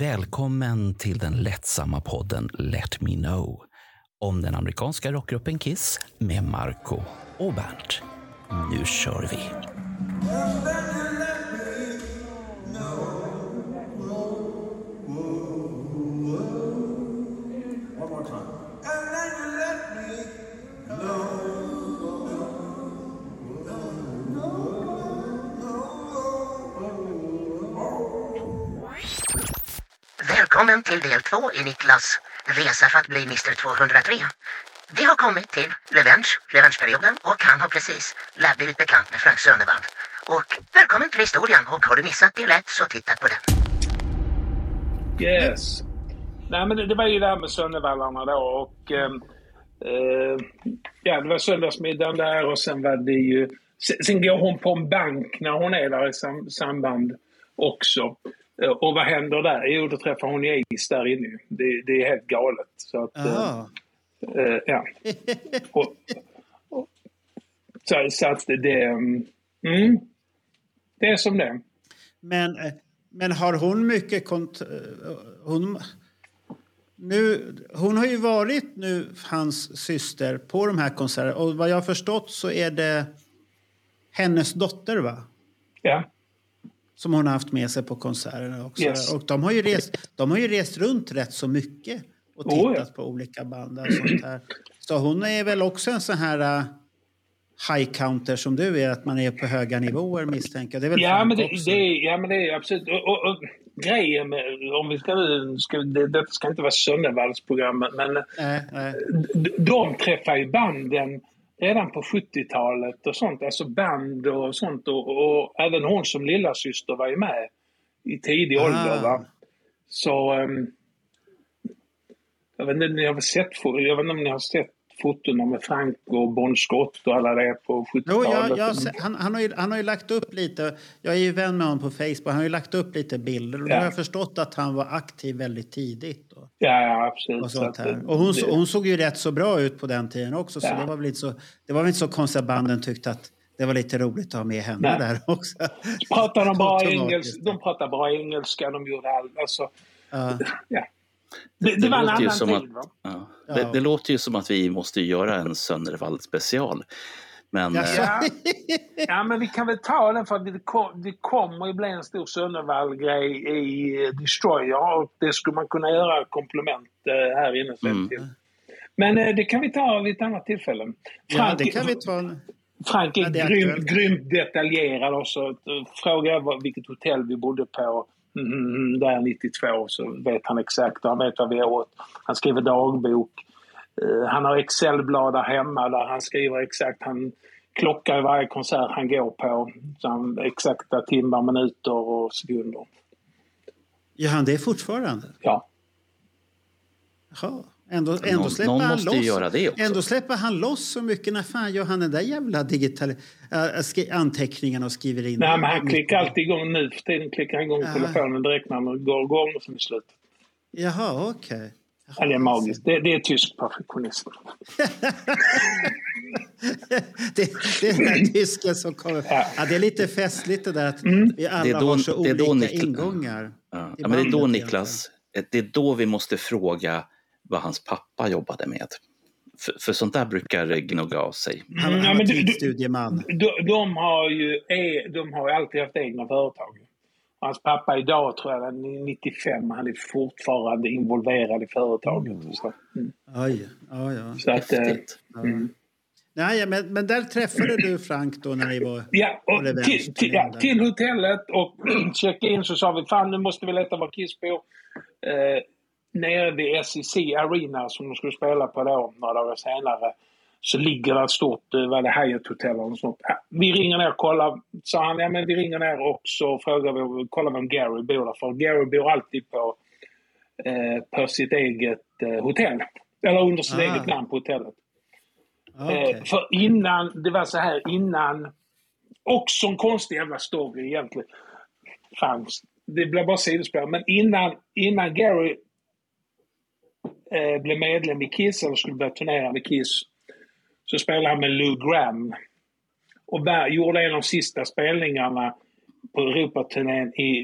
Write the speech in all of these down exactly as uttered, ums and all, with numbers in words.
Välkommen till den lättsamma podden Let Me Know om den amerikanska rockgruppen Kiss med Marco och Bernt. Nu kör vi! Välkommen till del två i Niklas resa för att bli mister tvåhundratre. Vi har kommit till Revenge, Revenge-perioden, och han har precis lärt blivit bekant med Frank Sönnervall. Och välkommen till historien, och har du missat del ett så titta på den. Yes. Nej, men det, det var ju där med Sönnervallarna då, och eh, eh, ja, det var söndagsmiddagen där, och sen var det ju sen, sen går hon på en bank när hon är där i sam, samband också. Och vad händer där? Jo, då träffar hon ju is där inne. Det, det är helt galet. Så att, äh, ja. Och, och, så, så att det, det, mm, det är som det. Men, men har hon mycket kont- hon, nu, hon har ju varit nu hans syster på de här konserterna. Och vad jag har förstått så är det hennes dotter, va? Ja. Som hon har haft med sig på konserterna också. Yes. Och de har, ju rest, de har ju rest runt rätt så mycket och tittat oh, ja. på olika band och sånt här. Så hon är väl också en sån här uh, high counter som du är, att man är på höga nivåer, misstänker. Det är väl ja, men det, det, ja, men det är absolut. Och, och, och grejen med, om vi ska, ska det, det ska inte vara Sönnervallsprogrammet, men nej, nej. De, de träffar ju banden redan på sjuttiotalet och sånt, alltså band och sånt, och, och även hon som lilla syster var ju med i tidig ah. ålder, va? Så um, jag vet inte om ni har sett jag vet inte om ni har sett foton med Frank och Bon Scott och alla det på sjuttiotalet. Jo, jag, jag, han, han, har ju, han har ju lagt upp lite, jag är ju vän med honom på Facebook, han har ju lagt upp lite bilder, och ja. då har jag förstått att han var aktiv väldigt tidigt. Och, ja, ja, absolut. Och, sånt här. och hon, det, hon såg ju rätt så bra ut på den tiden också, så ja. det var väl inte så, det var väl inte så konstigt att banden tyckte att det var lite roligt att ha med henne Nej. där också. Pratar de bra engelska, de pratar bra engelska, de gjorde allt, alltså, uh. ja. Det, det, det, var en annan som tid, att, va? Ja. Ja. Det, det låter ju som att vi måste göra en Sönnervall special. Men, ja. ja, men vi kan väl ta den, för att det, kom, det kommer ju bli en stor Sönnervall-grej i Destroyer, och det skulle man kunna göra komplement här inne sen mm. till. Men det kan vi ta vid ett annat tillfälle. Frank, ja, det kan vi ta. Frank är, ja, är grymt, grymt detaljerad också. Fråga vilket hotell vi bodde på. Mm, där nittiotvå, så vet han exakt, han vet vad vi åt. Han skriver dagbok. Uh, han har Excel-blad där hemma där han skriver exakt, han klockar i varje konsert han går på, så han, exakta timmar, minuter och sekunder. Ja, han det är fortfarande? Ja. Jaha. Ändå, ändå någon, släpper någon han måste loss. göra det också. Ändå släpper han loss så mycket. När fan gör han den där jävla digital äh, skri- anteckningarna och skriver in? Nej, men han klickar alltid igång nu för tiden. Klickar han igång ah. telefonen direkt när han går igång och sen slut. Jaha, okej. Okay. Ja, det är magiskt. Det, det är tysk perfektionism. det, det är den tysken som kommer. Ja. Ja, det är lite festligt det där att mm. vi alla då, har så olika Nikla- ingångar. Ja. Ja, men det är då, Niklas, det är då vi måste fråga vad hans pappa jobbade med. För, för sånt där brukar gnugga av sig. Han, han ja, var tidsstudieman. De, de, har ju, de har ju alltid haft egna företag. Hans pappa idag, tror jag, är nittiofem. Han är fortfarande involverad i företaget. Mm. Så, mm. Oj, ja, ja. Så att, häftigt. Mm. Nej, men, men där träffade du Frank då när ni var... Ja, och till, till, ja, till hotellet och checka in, så sa vi, fan nu måste vi leta var Kiss bor. Eh, nere vid S E C Arena som de skulle spela på då några dagar senare, så ligger det ett stort, vad det Hyatt Hotel och sånt. Ja, vi ringer ner och kollar, sa han, ja men vi ringer ner och så frågar vi, kollar om Gary bor där, för Gary bor alltid på, eh, på sitt eget eh, hotell, eller under sitt ah. eget namn på hotellet. Okay. Eh, för innan, det var så här innan, också en konstig jävla story egentligen, fanns, det blev bara sidospår, men innan, innan Gary eh, blev medlem i Kiss, eller skulle börja turnera med Kiss, så spelade han med Lou Gramm och bär, gjorde en av de sista spelningarna på Europaturnén i, i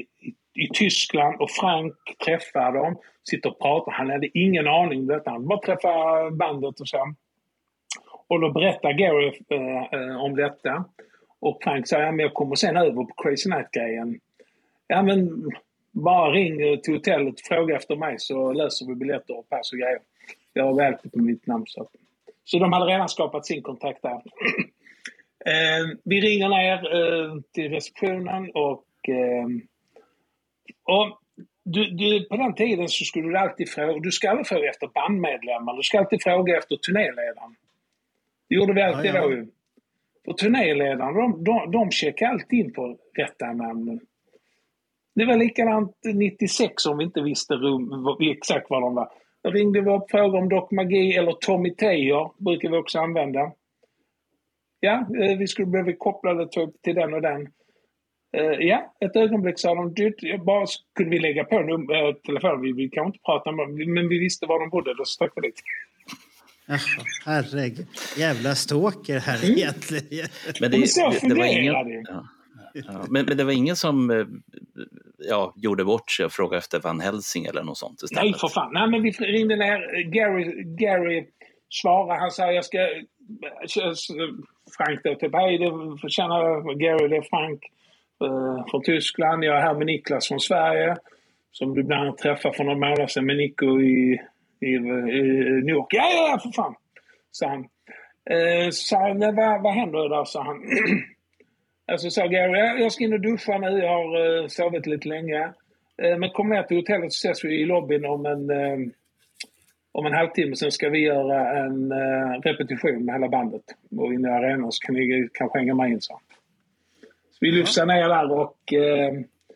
i Tyskland och Frank träffar dem, sitter och pratar. Han hade ingen aning om detta. Han bara träffar bandet och så. Och då berättar Gary eh, om detta. Och Frank säger, ja, men jag kommer sen över på Crazy Night-grejen. Ja, men bara ring till hotellet och fråga efter mig så löser vi biljetter och pass och grejer. Jag har väl på mitt namn. Så, så de hade redan skapat sin kontakt där. eh, vi ringer ner eh, till receptionen och, eh, och du, du, på den tiden så skulle du alltid fråga, du ska aldrig fråga efter bandmedlemmar, du ska alltid fråga efter turnéledaren. Det gjorde vi alltid ja, ja. då ju. Och turnéledaren, de, de, de checkar alltid in på rätta namn. Det var likadant nittiosex om vi inte visste rum, exakt vad de var. Då ringde vi upp och frågade om Doc Magi eller Tommy Tejer, brukar vi också använda. Ja, vi skulle behöva koppla det till den och den. Ja, ett ögonblick sa de, bara kunde vi lägga på num- telefonen, vi, vi kan inte prata med dem, men vi visste var de bodde, då stack vi dit. Jaha, herregud. Jävla stalker här mm. egentligen. Men det, det, det var ingen, ja, ja, men, men det var ingen som ja, gjorde bort sig och frågade efter Van Helsing eller något sånt istället. Nej, för fan. Nej, men vi ringde ner. Gary, Gary svarade. Han sa, jag ska... Frank då, typ, hej, det förtjänar Gary, det är Frank uh, från Tyskland. Jag är här med Niklas från Sverige. Som du bland annat träffade för några månader sedan med Nico i... I, i New York. Ja, ja, ja, för fan. Så han. Eh, så han, vad, vad händer där? Så han. Alltså sa Gary, jag, jag ska in och duscha nu. Jag har eh, sovit lite länge. Eh, men kom ner till hotellet så ses vi i lobbyn om en, eh, om en halvtimme. Sen ska vi göra en eh, repetition med hela bandet. Och in i arenan så kan ni kanske hänga med in. Så, så vi lyfter ner där och... Eh,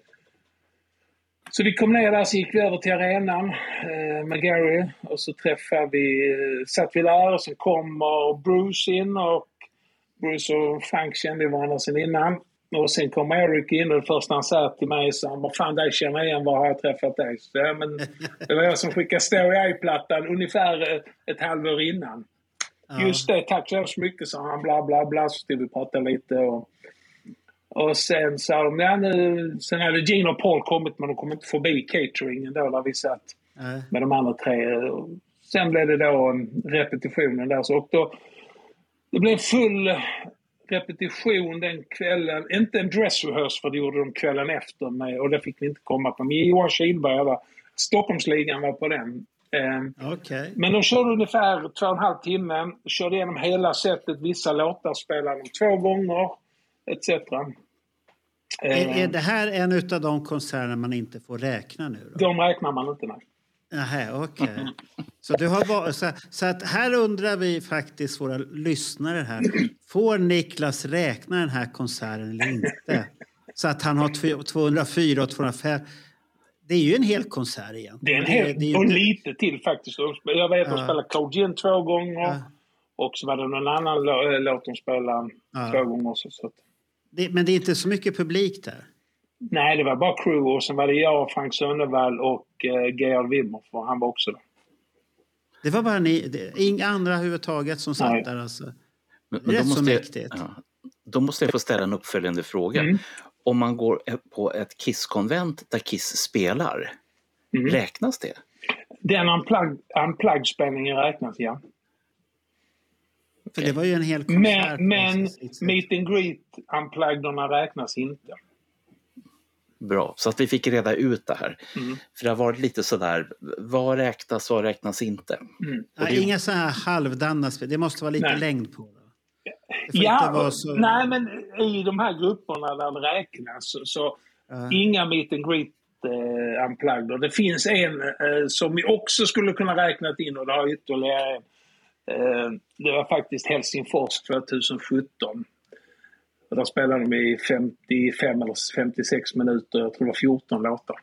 Så vi kom ner där, så gick vi över till arenan eh, med Gary och så träffade vi, eh, satt vi där och så kom och Bruce in och Bruce och Frank kände varandra sedan innan. Och sen kom Eric in och det första han sa till mig så han bara, fan dig känner jag igen, var har jag träffat dig? Så, ja, men det var jag som skickade Stereo-plattan ungefär ett, ett halvår innan. Ja. Just det, tack så mycket, sa han, bla bla bla, så stod vi pratade lite och Och sen sa de, ja, nu, sen hade Gene och Paul kommit men de kom inte förbi cateringen då där vi satt mm. med de andra tre. Sen blev det då en repetition där så, och då det blev full repetition den kvällen. Inte en dress rehearsal för det gjorde de kvällen efter med, och det fick vi inte komma på. Men Johan Kihlberg var, Stockholmsligan var på den. Eh, okay. Men de körde ungefär två och en halv timme, körde igenom hela sättet, vissa låtar spelade de två gånger et cetera. Är, är det här en av de konserter man inte får räkna nu då? De räknar man inte, nej. Aha, okej. Okay. Så, du har bara, så, så att här undrar vi faktiskt våra lyssnare här. Får Niklas räkna den här konserten eller inte? Så att han har tvåhundrafyra och tvåhundrafem. Det är ju en hel konsert igen. Det är en hel, det är, och lite till faktiskt. Jag vet att de spelar Cold Gin två gånger. Ja. Och så var det någon annan låt de spelade ja. två gånger också. Så att... det, men det är inte så mycket publik där? Nej, det var bara crew. Och sen var det jag, Frank Sönnevall och uh, Georg Wimmer. För han var också där. Det var bara ni, det, inga andra överhuvudtaget som satt Nej. där alltså. Men, men det är då så måste mäktigt. Jag, ja, då måste jag få ställa en uppföljande fråga. Mm. Om man går på ett Kiss-konvent där Kiss spelar, mm. räknas det? Den unplug, unplug-spelningen räknas, ja. För det var ju en hel konsert. Men, men meet and greet unpluggerna räknas inte. Bra, så att vi fick reda ut det här. Mm. För det har varit lite sådär, vad räknas och vad räknas inte? Mm. Ja, det... Inga så här halvdanna spel, det måste vara lite nej. längd på det. Det ja, så... nej men i de här grupperna där det räknas så, så uh. inga meet and greet uh, unplugged. Det finns en uh, som vi också skulle kunna räkna in och det har ytterligare uh, det var faktiskt Helsingfors tjugohundrasjutton. Och där spelade de i femtiofem eller femtiosex minuter, jag tror det var fjorton låtar.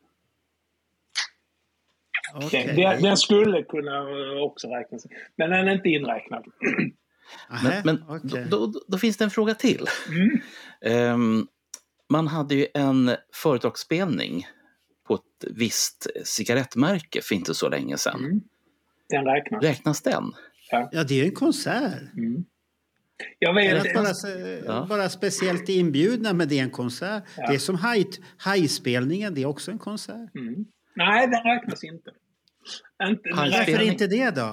Okay. Den, den skulle kunna också räknas, men den är inte inräknad. Men, men okay. då, då, då finns det en fråga till. Mm. Um, man hade ju en företagsspelning på ett visst cigarettmärke för inte så länge sedan. Mm. Den räknas. Räknas den? Ja, ja det är ju en konsert. Mm. Jag vet bara, ja. bara speciellt inbjudna med det en konsert. Ja. Det är som hajspelningen, det är också en konsert. Mm. Nej, den räknas inte. inte Varför inte det då?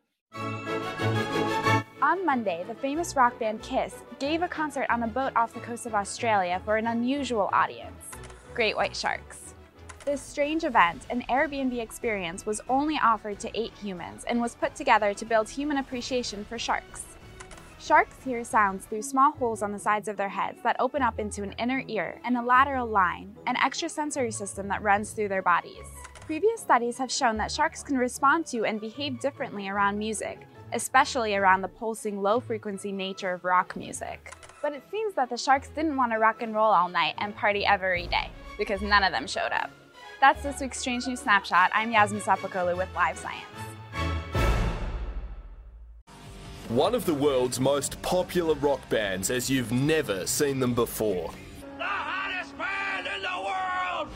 On Monday, the famous rock band Kiss gave a concert on a boat off the coast of Australia for an unusual audience, great white sharks. This strange event, an Airbnb experience, was only offered to eight humans and was put together to build human appreciation for sharks. Sharks hear sounds through small holes on the sides of their heads that open up into an inner ear and a lateral line, an extrasensory system that runs through their bodies. Previous studies have shown that sharks can respond to and behave differently around music, especially around the pulsing, low-frequency nature of rock music. But it seems that the sharks didn't want to rock and roll all night and party every day, because none of them showed up. That's this week's Strange News Snapshot. I'm Yasmin Sapakolu with Live Science. One of the world's most popular rock bands as you've never seen them before. The hottest band in the world!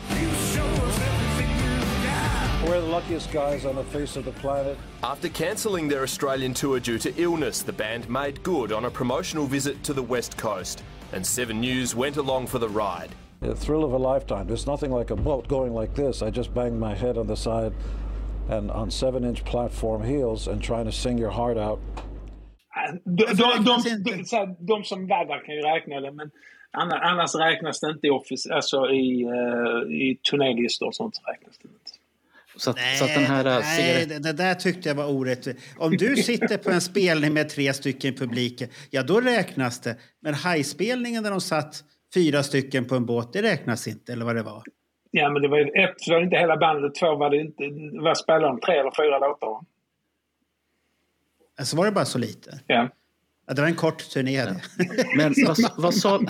We're the luckiest guys on the face of the planet. After cancelling their Australian tour due to illness, the band made good on a promotional visit to the West Coast, and Seven News went along for the ride. The thrill of a lifetime. There's nothing like a boat going like this. I just banged my head on the side and on seven-inch platform heels and trying to sing your heart out. De, de, de, de, de, de som var där kan ju räkna det, men annars räknas det inte i, office, alltså i, uh, i turnélistor och sånt räknas det inte. Så att, nej, så att den här nej cigaret... det där tyckte jag var orättvist. Om du sitter på en spelning med tre stycken i publiken, ja då räknas det. Men hajspelningen där de satt fyra stycken på en båt, det räknas inte, eller vad det var? Ja, men det var ju ett, var inte hela bandet, två var det inte, vad spelade de, tre eller fyra låtar? Alltså var det bara så lite? Ja. Ja, det var en kort turné. Ja. Men vad, vad, sa,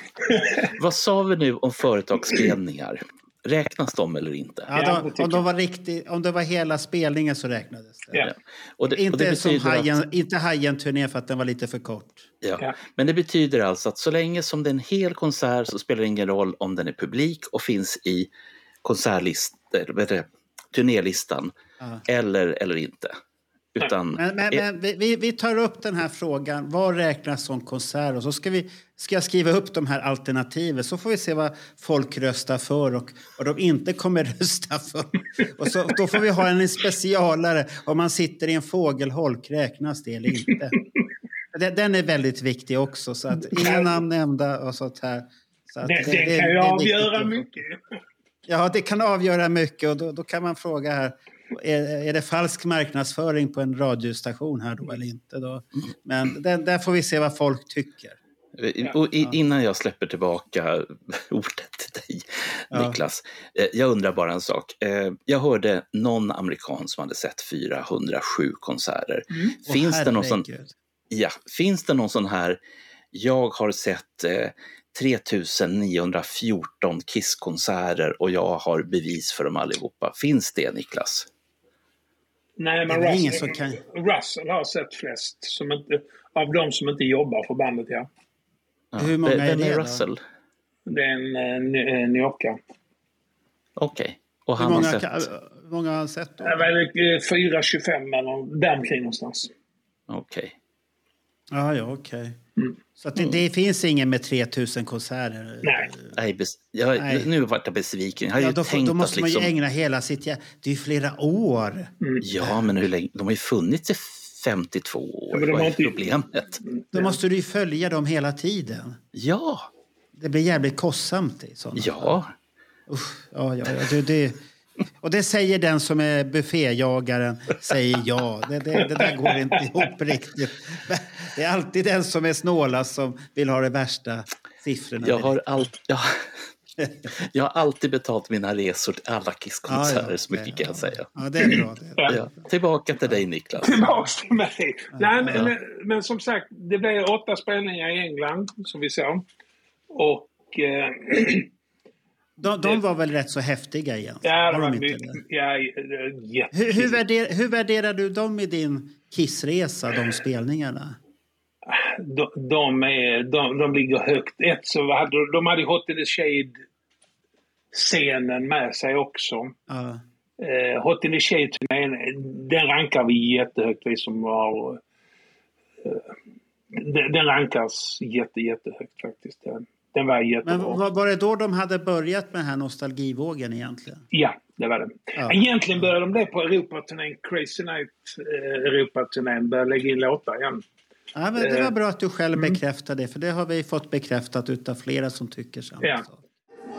vad sa vi nu om företagsspelningar? Räknas de eller inte? Ja, de, om, de var riktigt, om det var hela spelningen så räknades det. Ja. Och det inte och det som hajen, att, inte hajen-turné för att den var lite för kort. Ja. Ja. Men det betyder alltså att så länge som det är en hel konsert så spelar det ingen roll om den är publik och finns i konsertlistan, turnélistan ja. eller, eller inte. Utan, men men, men vi, vi tar upp den här frågan, vad räknas som konsert? Och så ska, vi, ska jag skriva upp de här alternativen så får vi se vad folk röstar för och vad de inte kommer rösta för. Och så, då får vi ha en specialare om man sitter i en fågelholk, räknas det eller inte? Den är väldigt viktig också, så att inga namn nämnda och sånt här. Så att det, det, det kan ju avgöra mycket. Ja, det kan avgöra mycket och då, då kan man fråga här. Är, är det falsk marknadsföring på en radiostation här då eller inte då? Men där, där får vi se vad folk tycker. Och i, innan jag släpper tillbaka ordet till dig, ja. Niklas. Jag undrar bara en sak. Jag hörde någon amerikan som hade sett fyrahundrasju konserter. Mm. Finns, oh, det någon sån, ja, finns det någon sån här, jag har sett eh, tre tusen niohundrafjorton Kiss-konserter och jag har bevis för dem allihopa. Finns det, Niklas? Nej, men Russell, kan... Russell har sett flest som inte, av de som inte jobbar för bandet, ja. ja. Hur många är det, är Russell? Det är en, en, en New York. Okej. Okay. Och han hur många, har sett? Hur många har han sett då? fyra tjugofem eller däromkring någonstans. Okej. Okay. Ah, ja, okej. Okay. Mm. Så att det, det finns ingen med tre tusen konserter? Nej. Nej, bes- jag, Nej. Nu var jag besviken. Jag hade ja, ju då, tänkt då måste att man ju liksom... ägna hela sitt... Ja, det är ju flera år. Mm. Ja, men hur länge? De har ju funnits i femtiotvå år. Ja, vad är inte... problemet? Då måste du ju följa dem hela tiden. Ja. Det blir jävligt kostsamt i sådana Ja. Usch, ja, ja, ja. Det, det... Och det säger den som är bufféjagaren, säger ja. Det, det, det där går inte ihop riktigt. Det är alltid den som är snålast som vill ha de värsta siffrorna. Jag har, all, jag, jag har alltid betalt mina resor till alla Kiss-konserter, ja, ja, så mycket kan jag säga. Ja, det är bra. Det är bra. Ja, tillbaka till dig, Niklas. Tillbaka till mig. Nej, men, ja. men, men som sagt, det blev åtta spelningar i England, som vi såg. Och... Eh, De, de var väl rätt så häftiga igen? Ja, var de de mycket, ja, ja, hur, hur, värder, hur värderar du dem i din Kissresa, de spelningarna? De, de, är, de, de ligger högt. Ett så hade de hade Hot in the Shade-scenen med sig också. Ja. Uh, Hot in the Shade, den rankar vi jättehögt, vi som var... Uh, den, den rankas jätte, jättehögt faktiskt. Den var jättebra. Men var, var det då de hade börjat med den här nostalgivågen egentligen? Ja, det var det. Ja. Egentligen började de det på Europaturnén, Crazy Night eh, Europaturnén, började lägga in låtar igen. Ja, men det var bra att du själv bekräftade det, för det har vi fått bekräftat utav flera som tycker samma ja. sak.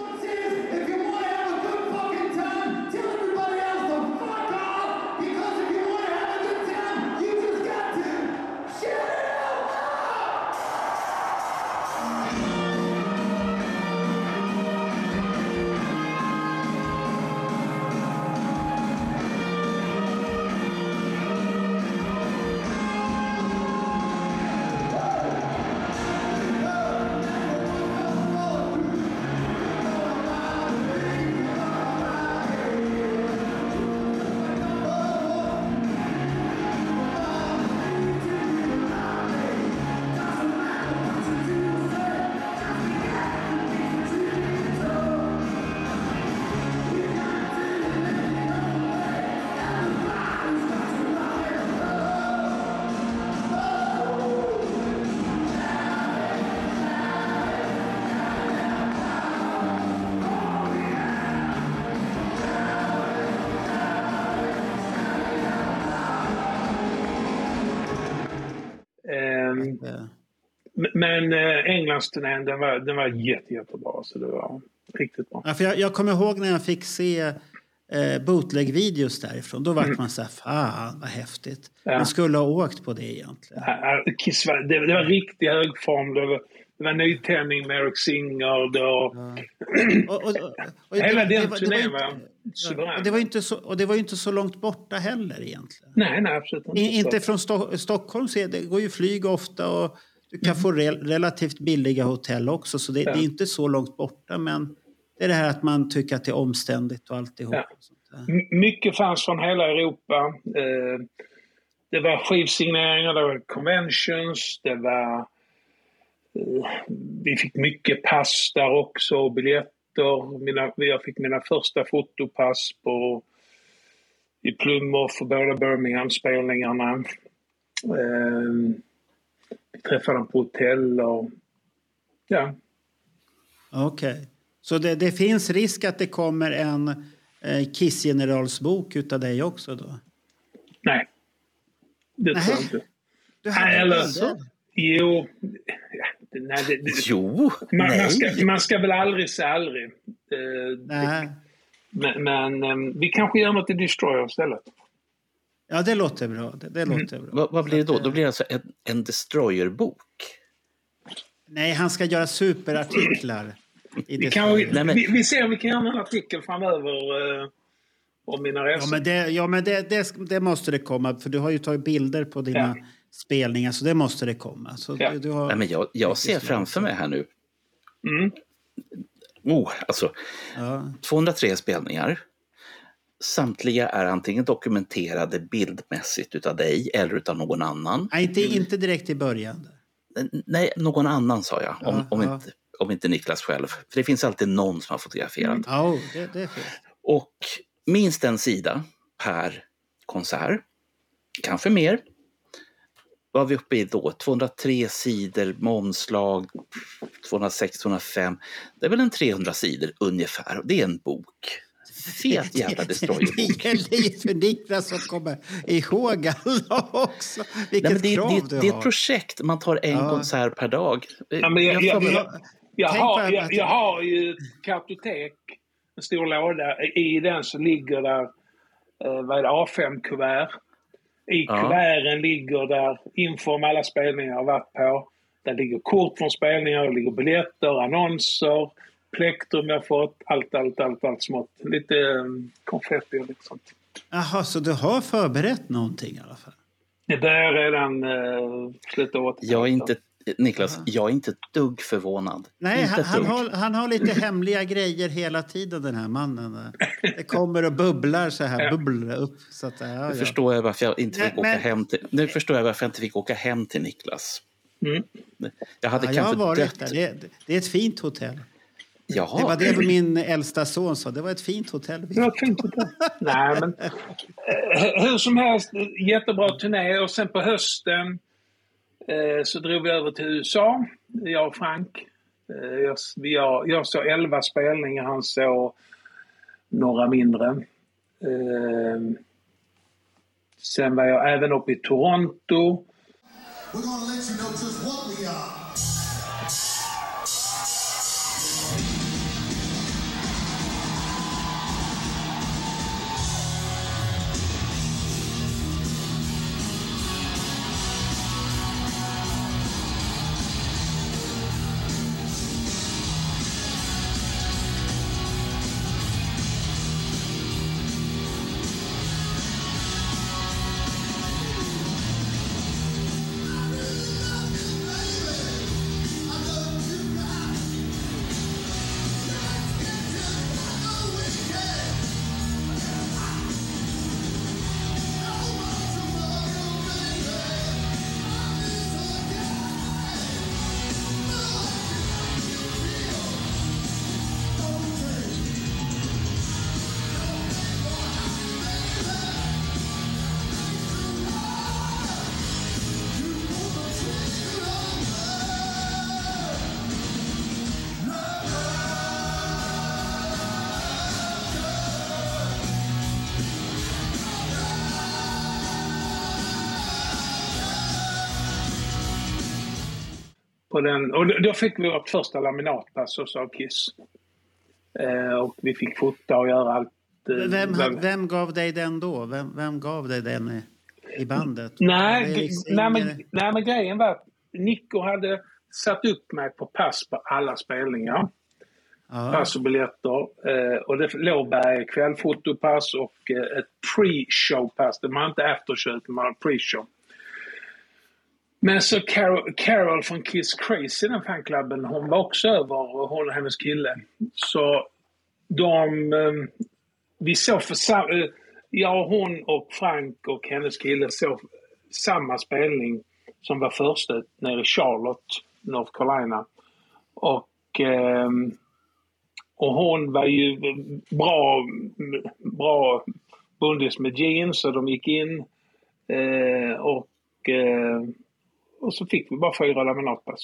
Men eh, Englandsturnén, den var, den var jätte, jättebra, så det var riktigt bra. Ja, för jag, jag kommer ihåg när jag fick se eh, bootleg-videos därifrån. Då var mm. man så här, fan vad häftigt. Ja. Man skulle ha åkt på det egentligen. Ja, Kiss var, det, det var riktigt hög form. Det var, det var nytändning med Eric Singer. Då. Ja. och, och, och, och, Hela det, den det, turnén var, var suverän. Ja, och, det var inte så, och det var ju inte så långt borta heller egentligen. Nej, nej, absolut inte. I, inte från Sto- Stockholm, så det går ju flyg ofta och du kan mm. få re- relativt billiga hotell också, så det, ja. det är inte så långt borta, men det är det här att man tycker att det är omständigt och alltihop. Ja. Och sånt där. M- mycket fanns från hela Europa. Eh, det var skivsigneringar, det var conventions, det var eh, vi fick mycket pass där också, biljetter. Mina, jag fick mina första fotopass på i Plymouth för båda Birmingham-spelningarna. Eh, vi träffade dem på hotell och ja. Okej. Okay. Så det, det finns risk att det kommer en eh, Kiss-generalsbok utav dig också då? Nej. Det nej. tror jag inte. Du hade nej, eller så? Jo. Ja, nej, det, det, jo. Man, nej. Man, ska, man ska väl aldrig säga aldrig. Eh, nej. Det, men men um, vi kanske gör något i Destroyer istället. Ja, det låter bra. Det, det låter mm. bra. Va, vad blir det då? Då blir det alltså en, en Destroyer-bok? Nej, han ska göra superartiklar. I vi, kan, Nej, men... vi, vi ser om vi kan göra en artikel framöver uh, om mina resor. Ja, men, det, ja, men det, det, det måste det komma. För du har ju tagit bilder på dina ja. spelningar, så det måste det komma. Så ja. du, du har... Nej, men jag, jag ser framför mig här nu. Mm. Oh, alltså, ja. tvåhundratre spelningar. Samtliga är antingen dokumenterade bildmässigt utav dig eller utav någon annan. Nej, inte, inte direkt i början. Nej, någon annan sa jag. Om, ja, om, ja. Inte, om inte Niklas själv. För det finns alltid någon som har fotograferat. Mm. Ja, det, det är fel. Och minst en sida per konsert. Kanske mer. Vad är vi uppe i då? tvåhundratre sidor med omslag. tvåhundrasex tvåhundrafem. Det är väl en trehundra sidor ungefär. Det är en bok. Fet jävla Destroyer-bok. Det gäller ju för Niklas som kommer ihåg alla också. Vilket Nej, men det, krav det, du det är har. ett projekt. Man tar en ja. konsert per dag. Ja, men jag, jag, jag, jag, jag, har, jag, jag har ju ett kartotek, en stor låda. I den så ligger där eh, vad är det, A fem-kuvert. I ja. kuverten ligger där info om alla spelningar jag har varit på. Där ligger kort från spelningar, där ligger biljetter, annonser, plektrum jag fått, allt, allt, allt, allt smått. Lite um, konfetti och lite sånt. Jaha, så du har förberett någonting i alla fall? Det börjar redan uh, slutet av åttiotalet. Jag är inte, Niklas, jag är inte ett dugg förvånad. Nej, inte han, han, har, han har lite hemliga grejer hela tiden, den här mannen. Det kommer och bubblar så här, ja. bubblar upp. Så att, ja, nu, ja. Förstår jag varför jag inte fick Nej, åka men... hem till, nu förstår jag varför jag inte fick åka hem till Niklas. Mm. Jag hade ja, kanske jag har varit dött. där. Det, det är ett fint hotell. Jaha. Det var det min äldsta son sa. Det var ett fint hotell. Det var ett fint hotell. Nej, men hur som helst, jättebra turné. Och sen på hösten eh, så drog vi över till U S A, jag och Frank. Eh, jag, jag, jag såg elva spelningar, han såg några mindre. Eh, sen var jag även uppe i Toronto. We're gonna let you know just what we are. På den, och då fick vi vårt första laminatpass och så Kiss. Eh, och vi fick fota och göra allt. Eh, vem, vem, vem gav dig den då? Vem, vem gav dig den i, i bandet? Nej, liksom nej, men, nej, men grejen var att Nico hade satt upp mig på pass på alla spelningar. Ja. Pass och biljetter. Eh, och det låg där kvällfotopass och eh, ett pre-show-pass. Det var inte aftershow, det var pre-show. Men så Carol, Carol från Kiss Crazy, den fanklubben, hon var också över och hon och hennes kille. Så de, vi såg för jag, hon och Frank och hennes kille såg samma spelning som var första nere i Charlotte, North Carolina. Och, och hon var ju bra, bra bundis med jeans så de gick in och Och så fick vi bara fyra laminatpass.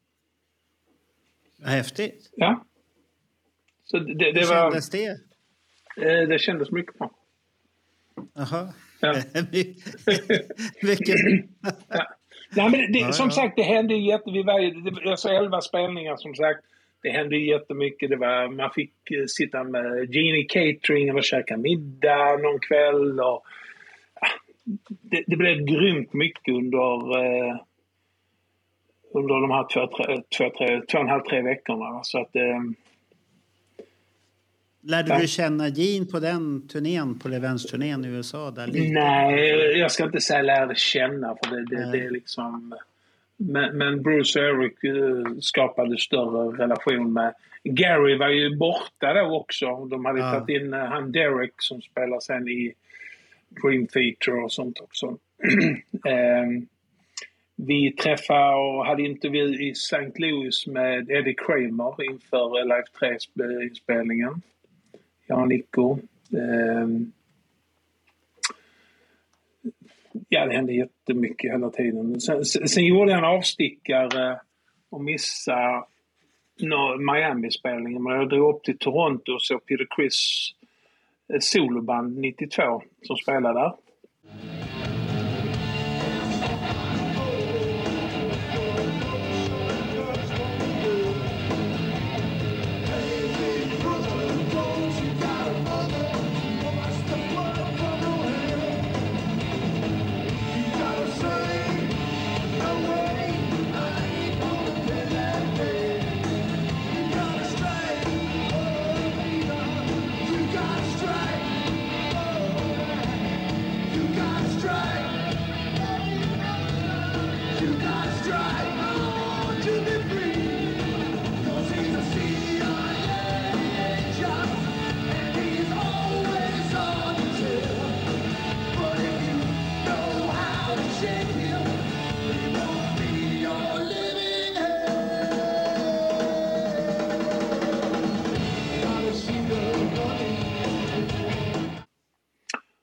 Häftigt. Ja. Så det, det, det Hur var... kändes det? Eh, det kändes mycket bra. Jaha. Ja. mycket. Ja. Nej, men det, ja, som ja. sagt, det hände jätte... Vi var, det, alltså elva spelningar, som sagt. Det hände jättemycket. Det var, man fick sitta med Genie Catering och käka middag någon kväll. Och, det, det blev grymt mycket under... Eh, under de här två, tre, två, tre, två och en halv, tre veckorna. Så att, eh, Lärde ja. du känna Gene på den turnén, på Revenge-turnén i U S A? Där lite? Nej, jag ska inte säga lärde känna, för det, det, det är liksom... Men, men Bruce och Eric uh, skapade större relation med... Gary var ju borta då också. De hade ja. tagit in uh, han Derek som spelar sen i Dream Theater och sånt också. um, Vi träffade och hade intervju i Saint Louis med Eddie Kramer inför Live tre-inspelningen. Jag och Nico. Um, ja, det hände jättemycket hela tiden. Sen, sen gjorde jag en avstickare och missade no, Miami-spelningen. Men jag drog upp till Toronto och såg Peter Criss soloband nittiotvå som spelade där. You got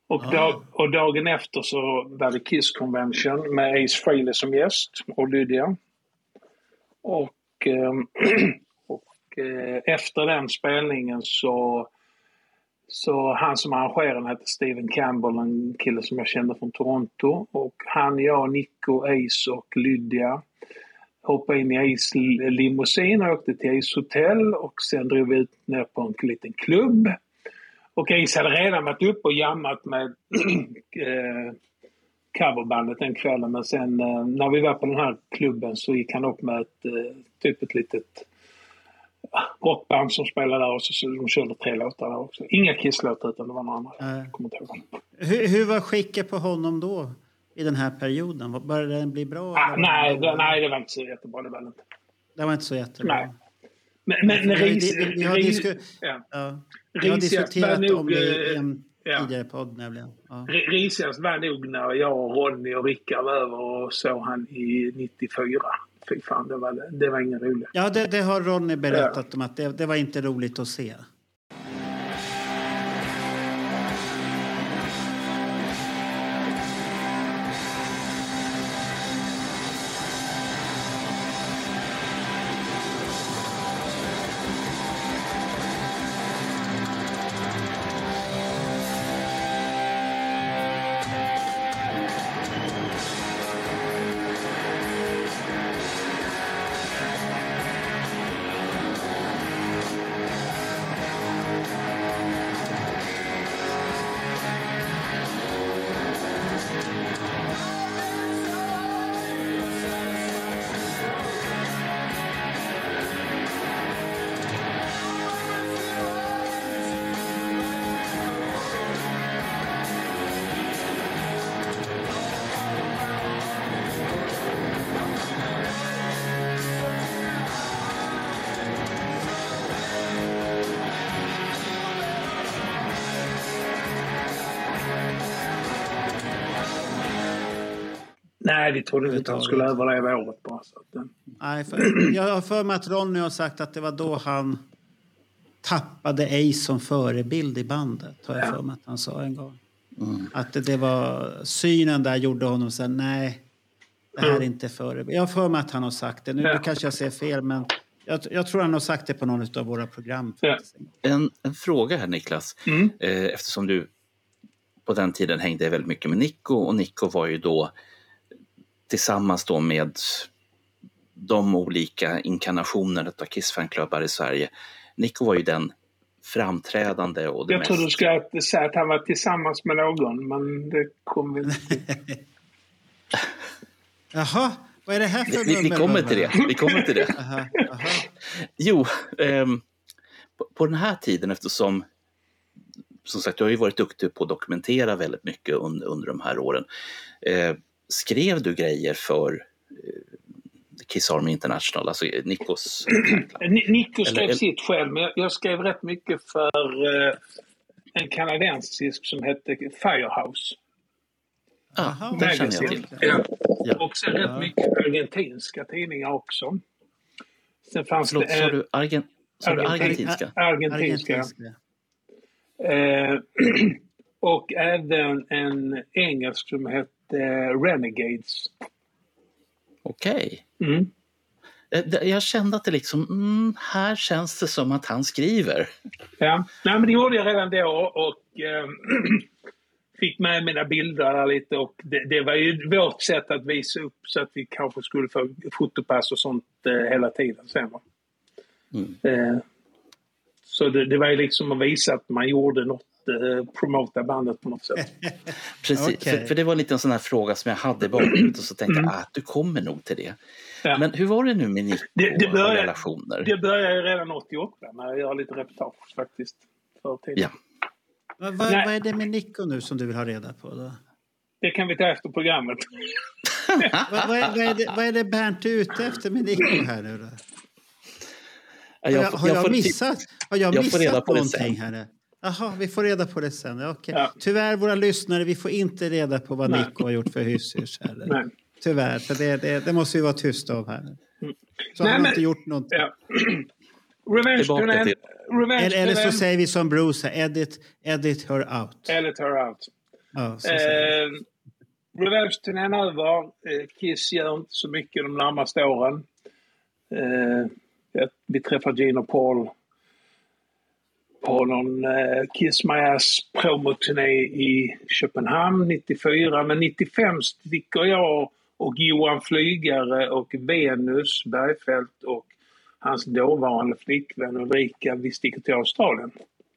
Och, dag, och dagen efter så var det Kiss Convention med Ace Frehley som gäst och Lydia. Och, och efter den spelningen så, så han som arrangerade hette Stephen Campbell, en kille som jag kände från Toronto. Och han, jag, Nico, Ace och Lydia hoppade in i Ace limousin och åkte till Ace hotell och sen drog vi ut ner på en liten klubb. Och Ace hade redan varit upp och jammat med eh, coverbandet den kvällen. Men sen eh, när vi var på den här klubben så gick han upp med ett eh, typ ett litet rockband som spelade där och så, så de körde tre låtar där också. Inga Kiss-låtar utan det var några andra. Äh. Hur, hur var skicket på honom då i den här perioden? Började den bli bra? Ah, nej, det, nej, det var inte så jättebra. Det var inte, det var inte så jättebra. Nej. Men, men vi, ris, vi, vi, har, ris, disku, ja. Ja. vi har diskuterat nog, om det i en ja. tidigare podd nämligen. Ja. Risigast var nog när jag och Ronny och Rickard var över och såg han i nittiofyra. Fy fan, det var, det var ingen roligt. Ja, det, det har Ronny berättat ja. om att det, det var inte roligt att se. Nej, vi trodde inte att han skulle överleva året bara. Så att, Nej, för, jag har för mig att Ronny har sagt att det var då han tappade Ace som förebild i bandet. Har jag ja. för mig att han sa en gång. Mm. Att det, det var synen där gjorde honom så här, nej, det här är inte förebild. Jag har för mig att han har sagt det. Nu ja. kanske jag ser fel, men jag, jag tror han har sagt det på någon av våra program. Ja. En, en fråga här, Niklas. Mm. Eh, eftersom du på den tiden hängde väldigt mycket med Nico. Och Nico var ju då tillsammans då med de olika inkarnationerna av Kiss-fanklubbar i Sverige. Nico var ju den framträdande och det Jag mest... tror du ska säga att han var tillsammans med någon, men det kommer inte. Jaha, vad är det här för vi, vi kommer till det. Vi kommer till det. aha, aha. Jo, eh, på, på den här tiden, eftersom som sagt, jag har ju varit duktig på att dokumentera väldigt mycket under, under de här åren. Eh, skrev du grejer för eh, Kiss Army International, alltså Nikos? Nico skrev eller, sitt själv, men jag, jag skrev rätt mycket för eh, en kanadensisk som hette Firehouse. Aha, det känner jag till. Ja. Ja. Och sen rätt mycket argentinska tidningar också. Sen fanns Förlåt, det... sa du, argen, sa argentin, du argentinska? Argentinska. argentinska. Eh, och även en engelsk som hette Renegades. Okej. Okay. Mm. Jag kände att det liksom, mm, här känns det som att han skriver. Ja, nej, men det gjorde jag redan då och eh, fick med mina bilder där lite och det, det var ju vårt sätt att visa upp så att vi kanske skulle få fotopass och sånt eh, hela tiden sen. Mm. Eh, så det, det var ju liksom att visa att man gjorde något, eh, promota bandet på något sätt. Precis, okay. för, för det var en liten sån här fråga som jag hade i bakhuvudet och så tänkte jag mm. att du kommer nog till det. Ja. Men hur var det nu med Nico det, det började, och relationer? Det började redan åttioåtta när jag gör lite reportage faktiskt. För ja. Vad, vad, vad är det med Nico nu som du vill ha reda på då? Det kan vi ta efter programmet. vad, vad, är, vad, är det, vad är det Bernt är ute efter med Nico här nu då? Har jag, har jag, jag missat, har jag jag missat reda på någonting här? Jaha, vi får reda på det sen. Okay. Ja. Tyvärr våra lyssnare, vi får inte reda på vad Nej. Nico har gjort för hyss här. Nej. Tyvärr, för det, det, det måste vi vara tysta av här. Så Nej, han har men, inte gjort något. Ja. Revenge, Revenge eller, eller så säger vi som Bruce, edit, edit her out. Edit her out. Ja, så eh, Revenge-turnén över. Eh, Kiss gör inte så mycket de närmaste åren. Eh, vi träffar Gene och Paul på någon eh, Kiss My Ass promoturné i Köpenhamn nittiofyra. Men nittiofem sticker jag och Johan Flygare och Venus Bergfeldt och hans dåvarande flickvän Ulrika, vi sticker till Australien.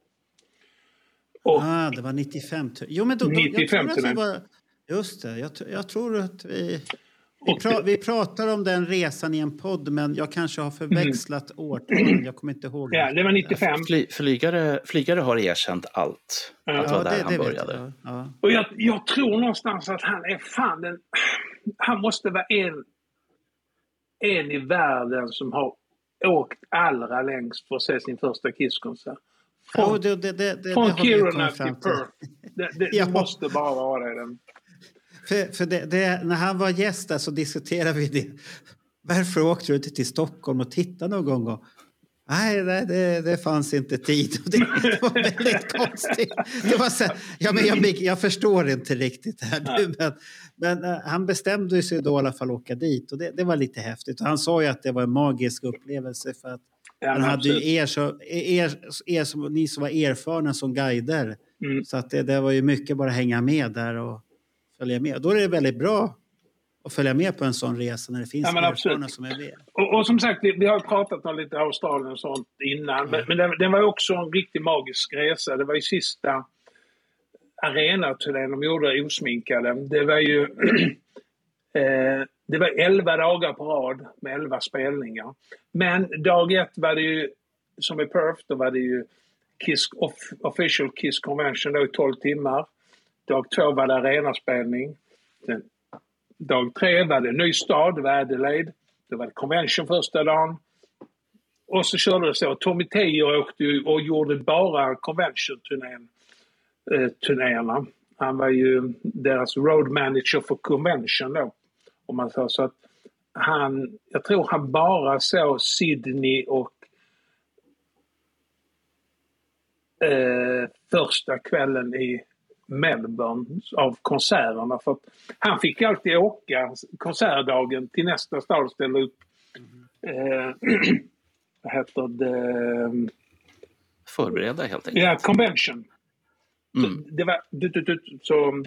Och, ah, det var nittiofem. Jo, men då, då, nittiofem jag tror att vi var, just det, jag, jag tror att vi... Vi, pra, vi pratar om den resan i en podd, men jag kanske har förväxlat mm. årtal. Jag kommer inte ihåg. Ja, det var nittiofem. Fly, flygare, flygare har erkänt allt. Ja, att det var där det, han det började. Jag. Ja. Och jag, jag tror någonstans att han är fan den... Han måste vara en, en i världen som har åkt allra längst för att se sin första Kisskonsert. Från, oh, det, det, det, det, från det Kiruna till Perth. Det, det, ja. det måste bara vara det. Den. För, för det, det, när han var gäst där så diskuterade vi det. Varför åkte du inte till Stockholm och tittade någon gång? Och, nej, nej det, det fanns inte tid. Det, det var väldigt konstigt. Det var så, ja, men jag, jag förstår inte riktigt här nu. Men, men uh, han bestämde sig då i alla fall åka dit. Och det, det var lite häftigt. Och han sa ju att det var en magisk upplevelse. För att ja, han hade ju er, så, er, er som, ni som var erfarna som guider. Mm. Så att det, det var ju mycket bara hänga med där och följa med. Då är det väldigt bra att följa med på en sån resa när det finns ja, erfarna som är med. Och, och som sagt, vi, vi har pratat om lite Australien och sånt innan. Mm. Men, men det, det var också en riktigt magisk resa. Det var ju sista arenaturnén de gjorde osminkade. Det var ju eh, det var elva dagar på rad med elva spelningar. Men dag ett var det ju, som i Perth, då var det ju Kiss, off, official Kiss Convention då i tolv timmar. Dag två var det arenaspelning. Sen, dag tre var det ny stad, det var Adelaide. Det var det convention första dagen. Och så körde det så. Tommy Teijer åkte ju och gjorde bara convention-turnén. Eh, turnéerna. Han var ju deras road manager för convention då. Om man säger så att han, jag tror han bara såg Sydney och eh, första kvällen i Melbourne av konserterna, för att han fick alltid åka konsertdagen till nästa stad och ställa upp eh, vad heter det? Förbereda helt enkelt. Ja, convention. Mm. Så det var så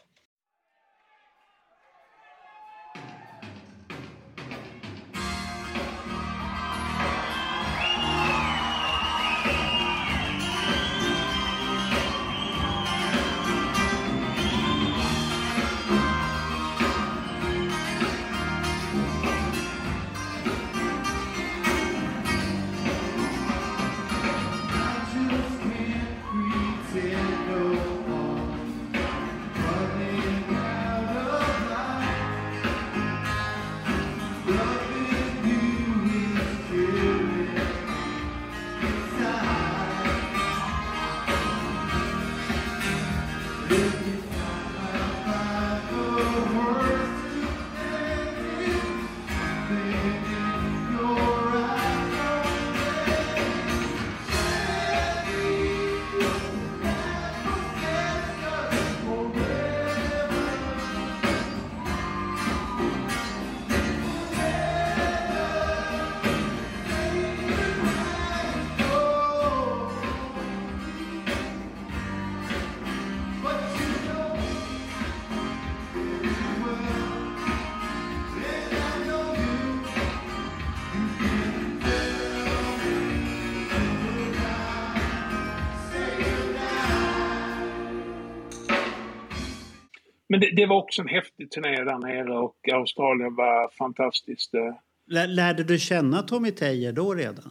Men det, det var också en häftig turné där nere och Australien var fantastiskt. L- lärde du känna Tommy Teijer då redan?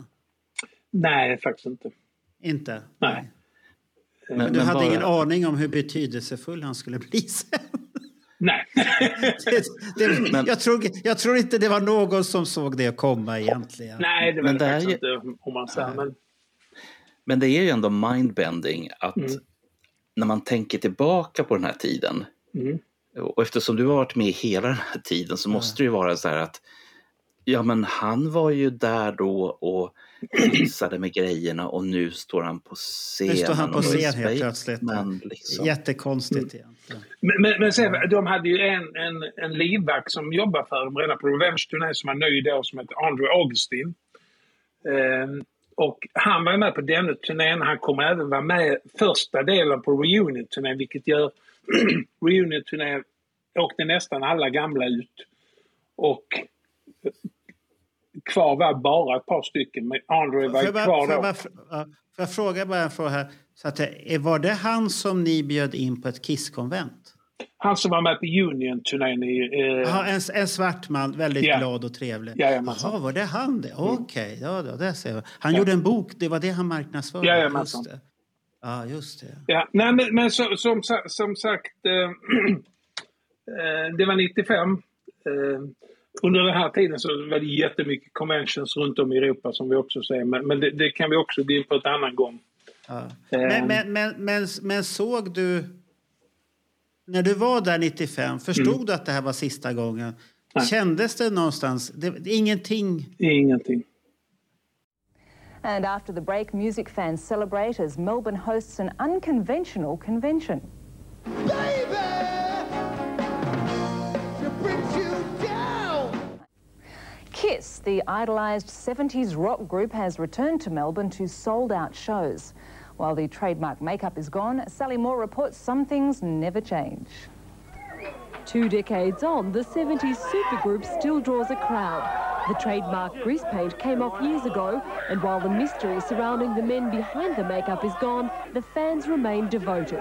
Nej, faktiskt inte. Inte? Nej. Men, men du men hade bara... ingen aning om hur betydelsefull han skulle bli sen? Nej. det, det, men... jag, tror, jag tror inte det var någon som såg det komma egentligen. Nej, det var det faktiskt ju... inte om man säger. Men... men det är ju ändå mindbending att mm. när man tänker tillbaka på den här tiden. Mm. Och eftersom du har varit med hela den här tiden så måste det ju vara så här att ja men han var ju där då och fixade med grejerna och nu står han på scenen. Nu står han på scen helt plötsligt. Men liksom. Jättekonstigt egentligen. Men, men, men sen, de hade ju en, en, en livvakt som jobbade för dem redan på Revenge-turnén som var ny då, som heter Andre Augustin. Um, och han var med på denna turnén. Han kommer även vara med första delen på Reunion-turnén, vilket gör Reunion-turnén åkte nästan alla gamla ut. Och kvar var bara ett par stycken, men Andre var bara, kvar då. Får jag, bara, får jag fråga bara en fråga här? Så att, var det han som ni bjöd in på ett Kiss-konvent? Han som var med på Union-turnén i... Eh... Aha, en, en svart man, väldigt yeah. glad och trevlig. Jaha, var det han det? Okej, okay. ja, ja, det ser jag. Han ja. gjorde en bok, det var det han marknadsförde. Ja, just det. Ja, just det. Ja, nej, men, men så, som, som sagt, eh, det var nittiofem. Eh, under den här tiden så var det jättemycket conventions runt om i Europa som vi också säger. Men, men det, det kan vi också gå in på ett annan gång. Ja. Eh. Men, men, men, men, men såg du... När du var där nittiofem, förstod mm. du att det här var sista gången? Nej. Kändes det någonstans? Det, det, ingenting? Ingenting. And after the break, music fans celebrate as Melbourne hosts an unconventional convention. Baby! She brings you down! Kiss, the idolised seventies rock group, has returned to Melbourne to sold-out shows. While the trademark makeup is gone, Sally Moore reports some things never change. Two decades on, the seventies supergroup still draws a crowd. The trademark grease paint came off years ago, and while the mystery surrounding the men behind the makeup is gone, the fans remain devoted.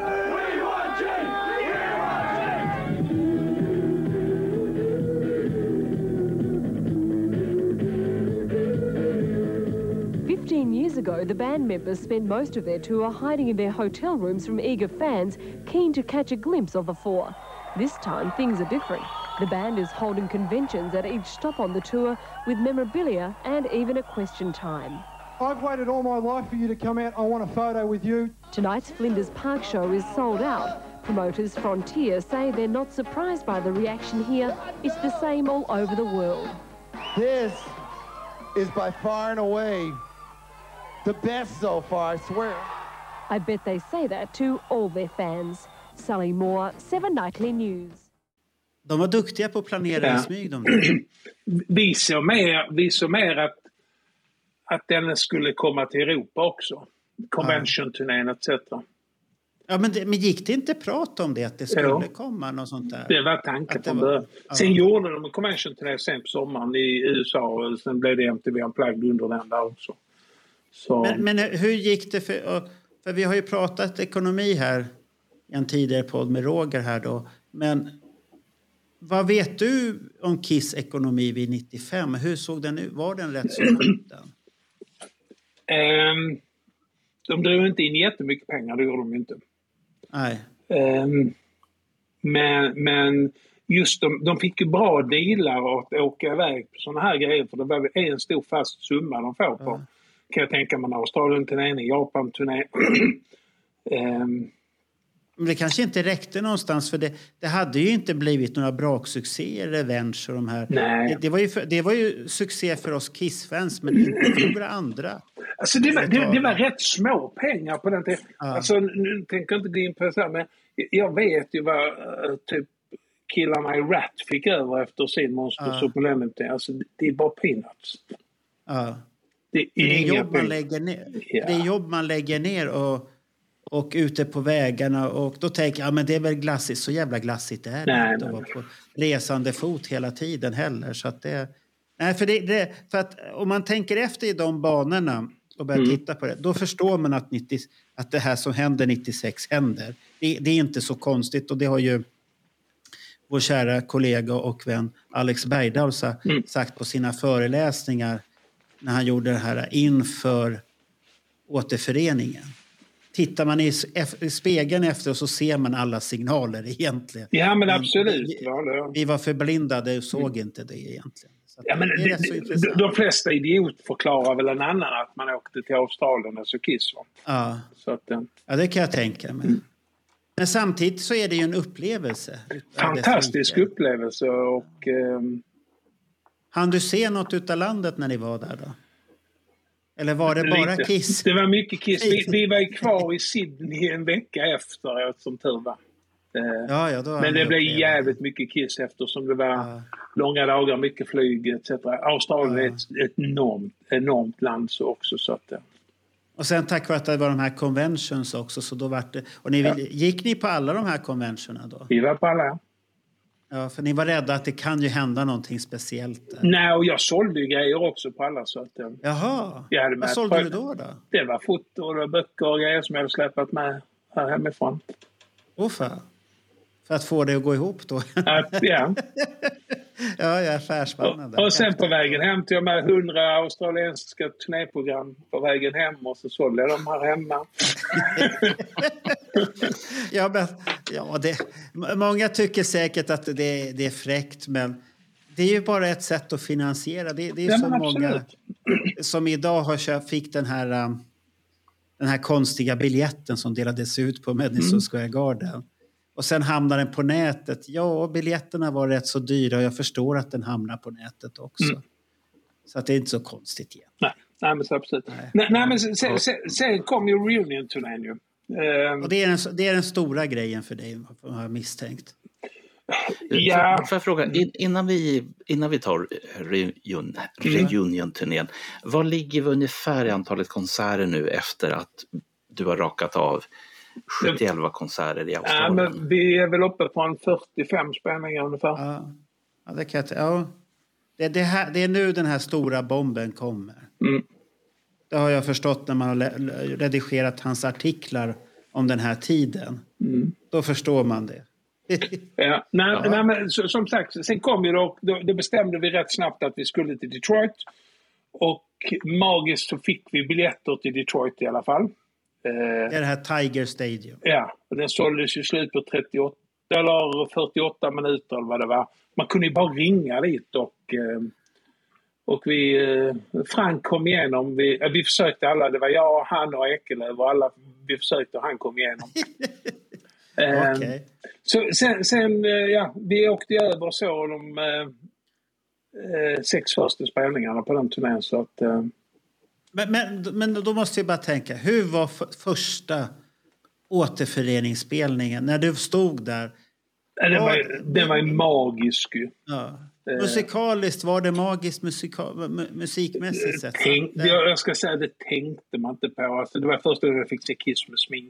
Fifteen years ago, the band members spent most of their tour hiding in their hotel rooms from eager fans, keen to catch a glimpse of the four. This time, things are different. The band is holding conventions at each stop on the tour with memorabilia and even a question time. I've waited all my life for you to come out. I want a photo with you. Tonight's Flinders Park show is sold out. Promoters Frontier say they're not surprised by the reaction here. It's the same all over the world. This is by far and away the best so far, I swear. I bet they say that to all their fans. Sally Moore, Seven Nightly News. De var duktiga på att planera ja. i smyg. De vi såg mer, vi såg mer att, att den skulle komma till Europa också. Convention-turnén et cetera. Ja, men, det, men gick det inte prata om det, att det skulle ja. komma något sånt där? Det var tanken från början. Sen ja. gjorde de en convention-turné sen på sommaren i U S A och sen blev det M T V Unplugged under den där också. Så. Men, men hur gick det för, för vi har ju pratat ekonomi här i en tidigare podd med Roger här då, men vad vet du om Kiss ekonomi vid nittiofem? Hur såg den ut? Var den rätt så liten? Um, de drog inte in jättemycket pengar, det gjorde de inte. Nej. Um, men, men just de, de fick ju bra dealar att åka iväg på sådana här grejer, för det var en stor fast summa de får på. Ja. Kan jag tänka mig, Australien-turnén, Japan-turnén. um, Men det kanske inte räckte någonstans, för det, det hade ju inte blivit några braksuccéer, Revenge och de här. Nej. Det, det, var ju för, det var ju succé för oss Kiss-fans, men inte för några andra. Alltså det var, det, det var rätt små pengar på den tiden. Ja. Alltså nu tänker jag inte gå in på det här, men jag vet ju vad uh, typ killarna i Rat fick över efter sin Monsters of Millennium. Alltså det är bara peanuts. Ja. Det är, det är jobb man lägger ner. Ja. Det är jobb man lägger ner och Och ute på vägarna, och då tänker jag, ja, men det är väl glassigt, så jävla glassigt är det nej, inte att vara på resande fot hela tiden heller. Så att det, nej, för, det, det, för att om man tänker efter i de banorna och börjar mm. titta på det, då förstår man att, nittio, att det här som händer nittiosex händer. Det, det är inte så konstigt, och det har ju vår kära kollega och vän Alex Bergdahl mm. sagt på sina föreläsningar när han gjorde det här inför återföreningen. Tittar man i spegeln efter och så ser man alla signaler egentligen. Ja, men absolut. Vi, ja, det, ja. vi var förblindade och såg mm. inte det egentligen. Så ja, men det, det, de flesta idiot förklarar väl en annan att man åkte till Australien och så Kiss. Ja. Så att, ja, det kan jag tänka mig. Mm. Men samtidigt så är det ju en upplevelse. Fantastisk upplevelse. Och, um... hann du se något utav landet när ni var där då? Eller var det bara Lite. Kiss? Det var mycket Kiss. Vi, vi var ju kvar i Sydney en vecka efter, som tur var. Ja, ja, då Men det blev jävligt mycket Kiss eftersom det var ja. långa dagar, mycket flyg et cetera. Australien ja. är ett, ett enormt, enormt land så också. Så att, och sen tack vare att det var de här conventions också. Så då var det, och ni, ja. gick ni på alla de här conventionerna då? Vi var på alla. Ja, för ni var rädda att det kan ju hända någonting speciellt. Där. Nej, och jag sålde ju grejer också på alla. Så att, jaha, vad sålde du då då? Det var foto och böcker och grejer som jag hade släppt med här hemifrån. Åh fan. För att få det att gå ihop då? Att, ja. Ja, jag är affärsmannen. Och, och sen på vägen hem tog jag med hundra australiensiska turnéprogram på vägen hem och så sålde jag dem här hemma. ja, men, ja det, många tycker säkert att det, det är fräckt, men det är ju bara ett sätt att finansiera. Det, det är ja, så många som idag har köpt, fick den här, den här konstiga biljetten som delades ut på Madison mm. Square Garden. Och sen hamnar den på nätet. Ja, biljetterna var rätt så dyra och jag förstår att den hamnar på nätet också. Mm. Så att det är inte så konstigt igen. Nej, nej men så absolut. Nej, nej, nej men sen, sen, sen kom ju reunion-turnén ju. Um, och det är, den, det är den stora grejen för dig, har jag misstänkt. Ja. Får jag fråga, innan vi, innan vi tar reunion, reunion-turnén, vad ligger vi ungefär i antalet konserter nu efter att du har rakat av sjuttioelva konserter i Australien? Ja, men vi är väl uppe på en fyrtiofem spelningar ungefär. Ja, ja, det, kan jag, ja. Det, det, här, det är nu den här stora bomben kommer. Mm. Det har jag förstått när man har redigerat hans artiklar om den här tiden. Mm. Då förstår man det. ja, nej, ja. nej, men som sagt, sen kom ju då, då, då bestämde vi rätt snabbt att vi skulle till Detroit. Och magiskt så fick vi biljetter till Detroit i alla fall. Det är det här Tiger Stadium. Ja, och den såldes ju slut på trettioåtta eller fyrtioåtta minuter eller vad det var. Man kunde ju bara ringa dit och, och vi, Frank kom igenom. Vi, vi försökte alla, det var jag, han och Ekelöv och alla, vi försökte och han kom igenom. okay. Så sen, sen, ja, vi åkte över så de eh, sex första spelningarna på den turnén så att... Eh, Men, men, men då måste jag bara tänka, hur var f- första återföreningsspelningen när du stod där? Den var, var, den var magisk ju. Ja. Musikaliskt, var det magiskt musika- musikmässigt sett? Tänk, jag, jag ska säga, det tänkte man inte på. Alltså, det var första gången jag fick se Kiss med smink.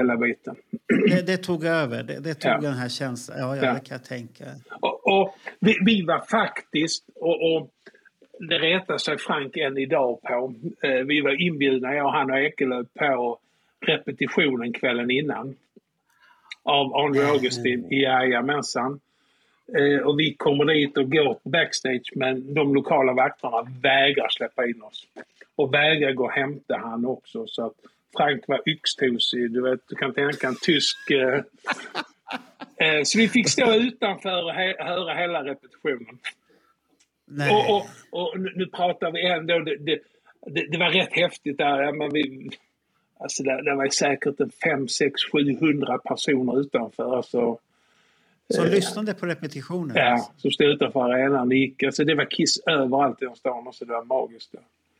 hela biten. Det, det tog över, det, det tog ja. den här känslan. Ja, ja, ja. Det kan jag tänka. Och, och vi, vi var faktiskt, och, och det retar sig Frank än idag på, eh, vi var inbjudna, jag, han och Ekelöf, på repetitionen kvällen innan av André Augustin i Jajamensan. Eh, och vi kommer dit och går backstage, men de lokala vakterna vägrar släppa in oss. Och vägrar gå och hämta han också, så att Frank var yxtosig, du vet, du kan tänka en tysk... Eh, eh, så vi fick stå utanför och he- höra hela repetitionen. Nej. Och, och, och nu pratar vi ändå, det, det, det, det var rätt häftigt där, ja, men vi... Alltså det, det var säkert en fem, sex, sjuhundra personer utanför. Alltså, så eh, lyssnade på repetitionen? Ja, alltså. Som stod utanför arenan gick. Alltså det var Kiss överallt i den stan, så det var magiskt.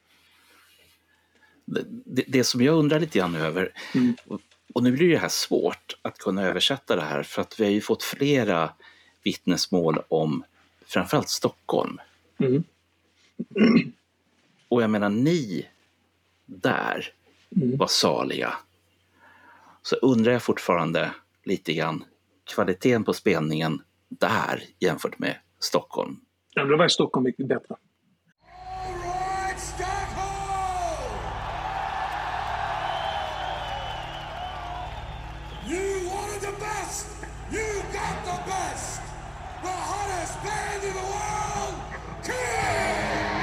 Det, det, det som jag undrar lite grann över, mm. och, och nu blir det här svårt att kunna översätta det här, för att vi har ju fått flera vittnesmål om framförallt Stockholm. Mm. Och jag menar, ni där Mm. var saliga. Så undrar jag fortfarande lite grann kvaliteten på spelningen där jämfört med Stockholm. Ja, det var Stockholm mycket bättre. Right, Stockholm! You wanted the best! You got the best! The hottest band in the world! Kiss!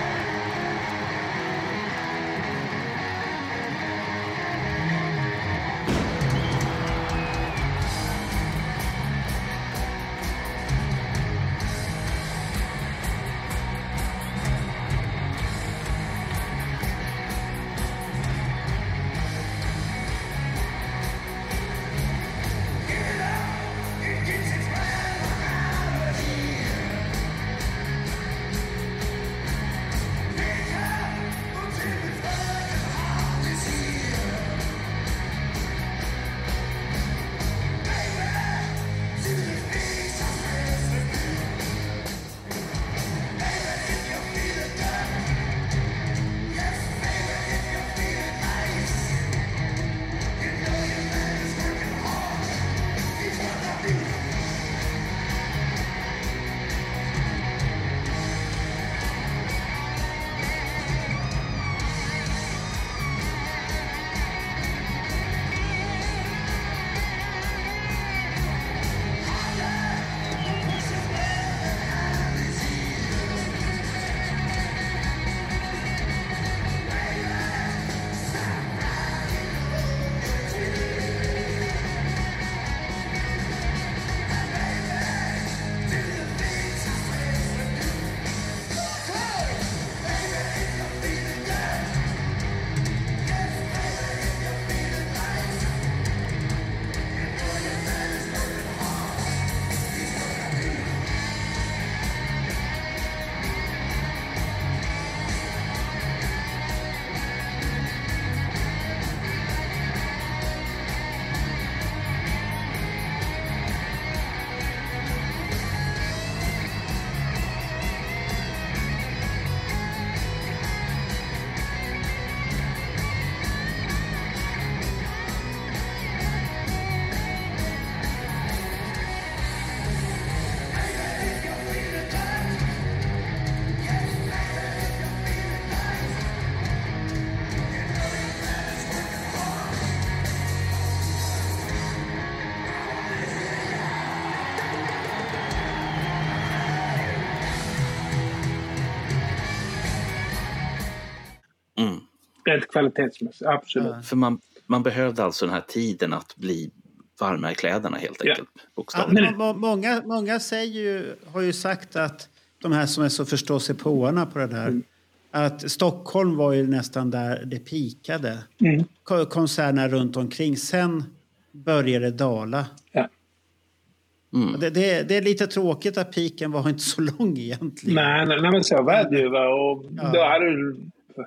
Rent kvalitetsmässigt, absolut. Ja. För man, man behövde alltså den här tiden att bli varma i kläderna helt enkelt. Ja. Ja, må, många, många säger ju, har ju sagt att de här som är så förståsigpåarna på det där, mm. att Stockholm var ju nästan där det pikade. Mm. Konserterna runt omkring. Sen började det dala. Ja. Mm. Det, det, det är lite tråkigt att piken var inte så lång egentligen. Nej, nej, nej men så var det ju. Och ja. Då hade du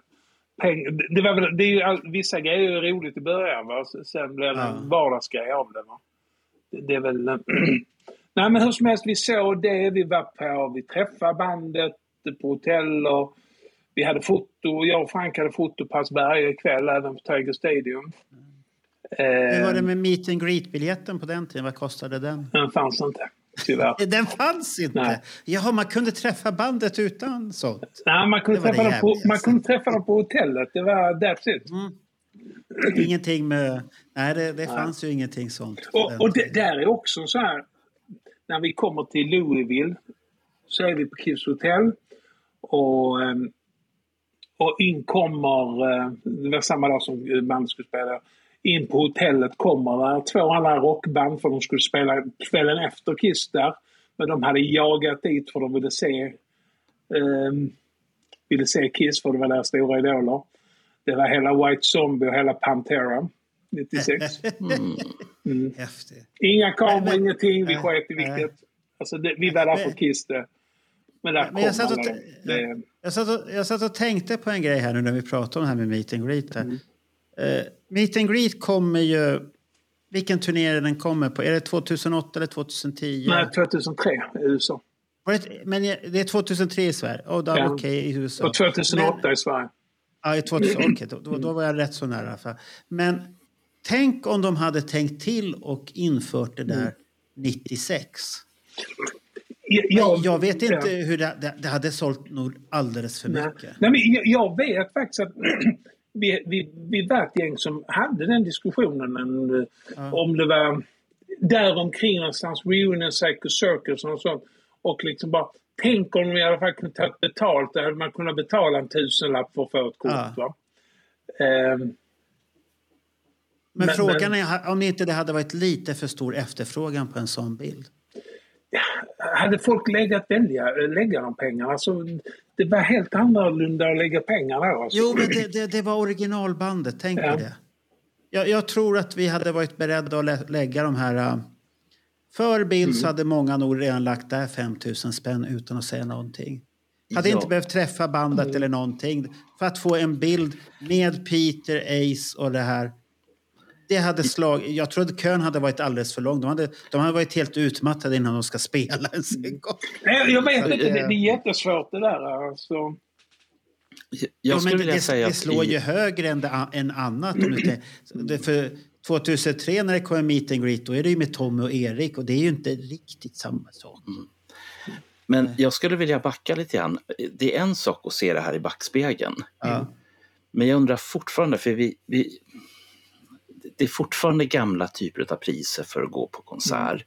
peng, det var väl, det är ju all, vissa grejer är roligt i början, va? Sen blir det ja. en vardagsgrej av det, va? Det, det är väl nej, men hur som helst, vi såg det, vi var på, vi träffade bandet på hotell och vi hade foto, jag och Frank hade fotopass varje kväll även på Tiger Stadium. Hur var det med meet and greet-biljetten på den tiden? Vad kostade den? Den fanns inte, tyvärr. Den fanns inte? Nej. Jaha, man kunde träffa bandet utan sånt? Nej, man kunde, träffa dem, på, man kunde träffa dem på hotellet. Det var that's it. Mm. Ingenting med... Nej, det, det fanns ju ingenting sånt. Och, och det där är också så här... När vi kommer till Louisville så är vi på Kiss Hotel. Och, och in kommer... Det var samma dag som bandet skulle spela. In på hotellet kommer där två andra rockband, för de skulle spela kvällen efter Kiss där. Men de hade jagat dit för de ville se... Um, ville se Kiss, för det var deras stora idoler. Det var hela White Zombie och hela Pantera nittiosex. Mm. Mm. Inga kameror, ingenting. Vi sket i vilket. Alltså det, vi var där för Kiss det. Men där Men jag, satt och, det. Jag, satt och, jag satt och tänkte på en grej här nu när vi pratade om det här med Meet and Greet. Mm. Uh, Meet and Greet kommer ju... Vilken turné den kommer på? Är det tjugohundraåtta eller tjugohundratio? Nej, tjugohundratre i U S A. Men det är tjugohundratre i Sverige? Oh, då, ja. Okej, i U S A. Och tjugohundraåtta Men, i Sverige. Ja, i tjugohundraåtta, okay, då, då, då var jag rätt så nära. För. Men tänk om de hade tänkt till och infört det där mm. nittiosex. Jag, jag, jag vet inte ja. hur det, det, det hade sålt nog alldeles för mycket. Nej, Nej men jag, jag vet faktiskt att vi, vi, vi var ett gäng som hade den diskussionen en, ja. om det var däromkring någonstans Reunion Psycho Circus och sånt. Och liksom bara, tänk om vi i alla fall kunde ta betalt. Där hade man kunnat betala en tusenlapp för att få ett kort. Ja. Va? Um, men, men frågan är om inte det hade varit lite för stor efterfrågan på en sån bild. Hade folk legat välja, lägga de pengarna? Alltså, det var helt annorlunda att lägga pengar där. Alltså. Jo, men det, det, det var originalbandet. Tänk ja. på det. Jag, jag tror att vi hade varit beredda att lä- lägga de här... För bild mm. så hade många nog redan lagt där fem tusen spänn utan att säga någonting. Hade ja. inte behövt träffa bandet mm. eller någonting. För att få en bild med Peter, Ace och det här. Det hade slag. Jag trodde kön hade varit alldeles för lång. De hade, de hade varit helt utmattade innan de ska spela en gång. Nej, jag vet inte, det, det är jättesvårt det där. Alltså. Jag, jag skulle ja, vilja det, säga det slår i... ju högre än, det, än annat. Om det, det, för tjugohundratre när det kommer Meet and Greet, då är det ju med Tommy och Erik. Och det är ju inte riktigt samma sak. Mm. Men jag skulle vilja backa lite grann. Det är en sak att se det här i backspegeln. Mm. Men jag undrar fortfarande, för vi... vi det är fortfarande gamla typer av priser för att gå på konsert.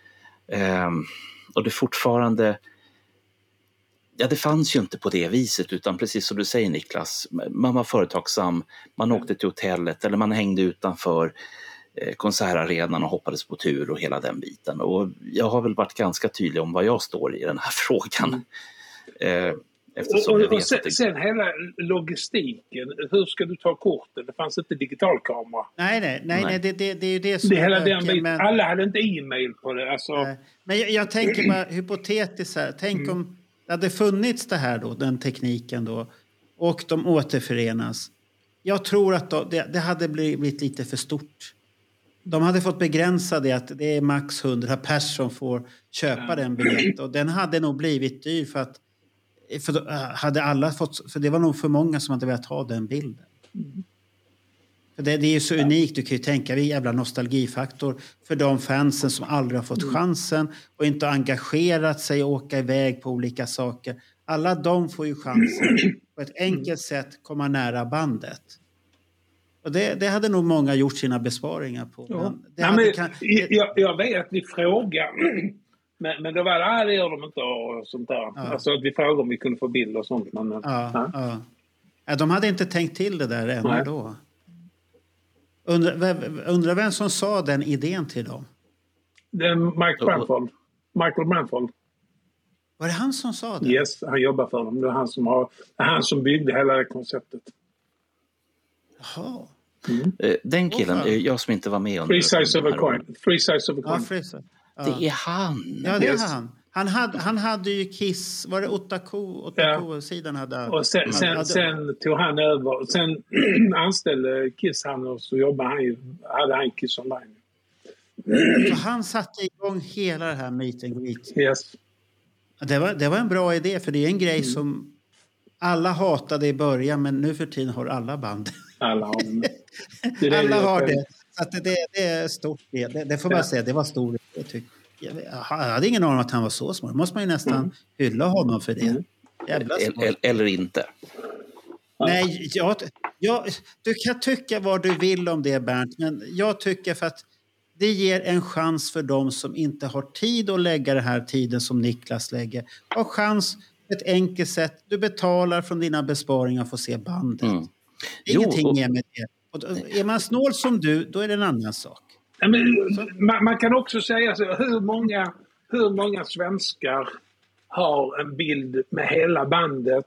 Mm. Um, och det är fortfarande... Ja, det fanns ju inte på det viset, utan precis som du säger Niklas, man var företagsam, man åkte till hotellet eller man hängde utanför eh, konsertarenan och hoppades på tur och hela den biten. Och jag har väl varit ganska tydlig om vad jag står i den här frågan. Mm. Uh, Eftersom och, och, och sen, det... sen hela logistiken, hur ska du ta korten? Det fanns inte digitalkamera. Nej, nej, nej, nej. det, det, det är ju det som... Det hela den biten, men... Alla hade inte e-mail på det. Alltså... Men jag, jag tänker bara hypotetiskt här. Tänk mm. om det hade funnits det här då, den tekniken då, och de återförenas. Jag tror att då, det, det hade blivit lite för stort. De hade fått begränsa det, att det är max hundra personer som får köpa ja. den biljetten. Och den hade nog blivit dyr för att För, då, hade alla fått, för det var nog för många som hade velat ha den bilden. Mm. För det, det är ju så unikt, du kan ju tänka, vi jävla nostalgifaktor för de fansen som aldrig har fått mm. chansen och inte engagerat sig och åka iväg på olika saker. Alla de får ju chansen på ett enkelt mm. sätt komma nära bandet. Och det, det hade nog många gjort sina besparingar på. Ja. Men det ja, hade, men, kan, det... jag, jag vet att vi frågar... Men, men då var det, ah, det gör de inte och sånt där. Ja. Alltså att vi frågade om vi kunde få bild och sånt. Men, ja, ja. Ja. Ja, de hade inte tänkt till det där ännu då. Undrar, undrar vem som sa den idén till dem? Det är Mike Branfold. Michael Branfold. Var det han som sa det? Yes, han jobbar för dem. Det är han som, har, det är han som byggde hela det konceptet. Jaha. Mm. Den killen, oh, jag som inte var med under... Three sides of a coin. Three sides of a coin. Ja, Ja. Det är han. Ja, det är han. Han hade, han hade ju Kiss, var det Otaku, Otaku-sidan hade... Och sen, sen, hade... sen tog han över, sen anställde Kiss han och så jobbade han ju, hade han Kiss online. Så han satte igång hela det här Meet and Greet. Yes. Det var, det var en bra idé, för det är en grej mm. som alla hatade i början, men nu för tiden har alla band. Alla har det. Det alla har det. att det, det är stort. Det, det får man ja. säga, det var stort. Jag, tyck, jag hade ingen aning om att han var så smart. Måste man ju nästan mm. hylla honom för det. Eller, eller inte. Nej, jag, jag, du kan tycka vad du vill om det, Bernt. Men jag tycker för att det ger en chans för dem som inte har tid att lägga den här tiden som Niklas lägger. Har chans på ett enkelt sätt. Du betalar från dina besparingar för att se bandet. Mm. Det är jo, ingenting och... mer med det. Och är man snål som du, då är det en annan sak. Ja, men, man, man kan också säga så, hur många, hur många svenskar har en bild med hela bandet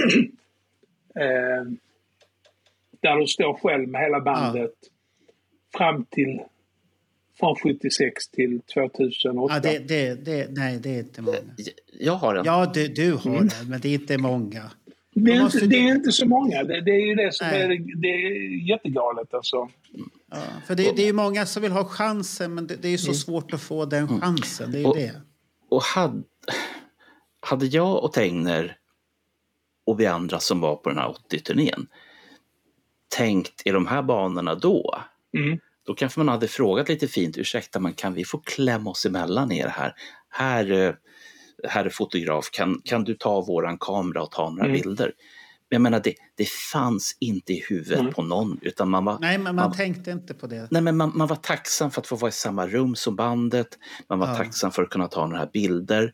eh, där du står själv med hela bandet ja. fram till från sjuttiosex till tvåtusenåtta. Ja, det, det, det, nej, det är inte många. Jag har den. Ja, du, du har mm. den, men det är inte många. Det är inte, det är inte så många. Det, det är ju det som är, det är jättegalet alltså. Ja, för det, det är ju många som vill ha chansen, men det, det är ju så svårt att få den chansen. Det är ju och, det. Och hade, hade jag och Tegner och vi andra som var på den här åttio-turnén tänkt i de här banorna då, mm. då kanske man hade frågat lite fint, ursäkta, men kan vi få klämma oss emellan er här? Här, här är fotograf, kan, kan du ta våran kamera och ta några mm. bilder? Jag menar, det, det fanns inte i huvudet mm. på någon, utan man var... Nej, men man, man tänkte inte på det. Nej, men man, man var tacksam för att få vara i samma rum som bandet. Man var ja. tacksam för att kunna ta några bilder.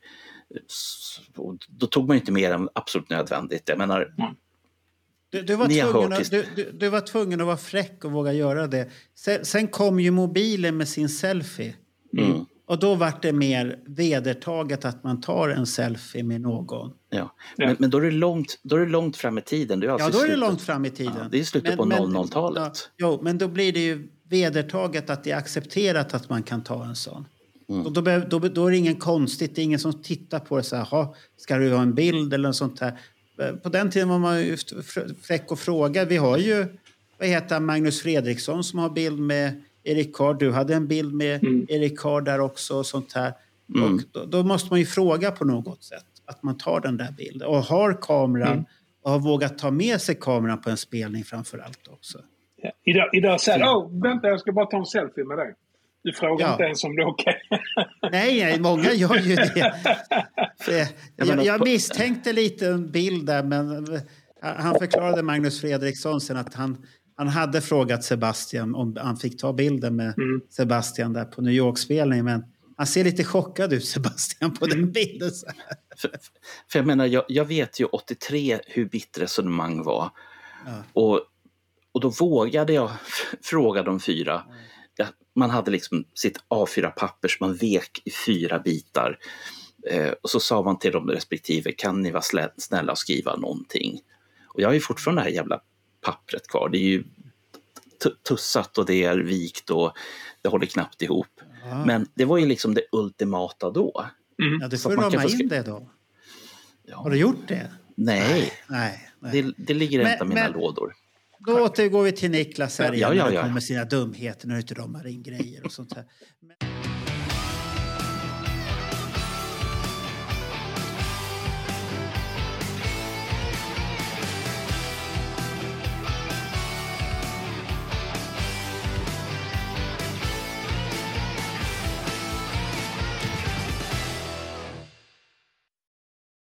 Och då tog man inte mer än absolut nödvändigt. Jag menar... Mm. Du, du, var tvungen att, du, du, du var tvungen att vara fräck och våga göra det. Sen, sen kom ju mobilen med sin selfie. Mm. Och då var det mer vedertaget att man tar en selfie med någon. Ja, men, ja. men då, är det långt, då är det långt fram i tiden. Det är alltså ja, då är det slutet, långt fram i tiden. Ja, det är slutet men, på noll noll-talet. Ja, jo, men då blir det ju vedertaget att det är accepterat att man kan ta en sån. Mm. Och då, då, då är det ingen konstigt. Det är ingen som tittar på det så här, ska du ha en bild eller något sånt här. På den tiden var man ju fräck och fråga. Vi har ju, vad heter Magnus Fredriksson som har bild med Erik Card. Du hade en bild med mm. Erik Card där också och sånt här. Mm. Och då, då måste man ju fråga på något sätt att man tar den där bilden. Och har kameran mm. och har vågat ta med sig kameran på en spelning framför allt också. Ja. Idag, idag säger jag, åh, vänta, jag ska bara ta en selfie med dig. Du frågar ja. inte ens om det är okej. Okay. nej, nej, många gör ju det. För jag, jag misstänkte lite en bild där, men han förklarade Magnus Fredriksson sen att han, han hade frågat Sebastian om han fick ta bilden med mm. Sebastian där på New York-spelningen, men han ser lite chockad ut, Sebastian, på den bilden. Så för, för jag menar, jag, jag vet ju åttiotre hur bitter resonemang var. Ja. Och, och då vågade jag fråga de fyra. Mm. Ja, man hade liksom sitt A fyra-papper som man vek i fyra bitar. Eh, och så sa man till de respektive, kan ni vara snälla och skriva någonting? Och jag har ju fortfarande det här jävla pappret kvar. Det är ju tussat och det är vikt och det håller knappt ihop. Ja. Men det var ju liksom det ultimata då. Mm. Ja, du får rama in skri- det då. Ja. Har du gjort det? Nej, nej, nej. Det, det ligger men, inte i mina men, lådor. Då återgår vi till Niklas här igen. Ja, ja, ja. När det kommer sina dumheter när du inte ramar in grejer och sånt här. Men...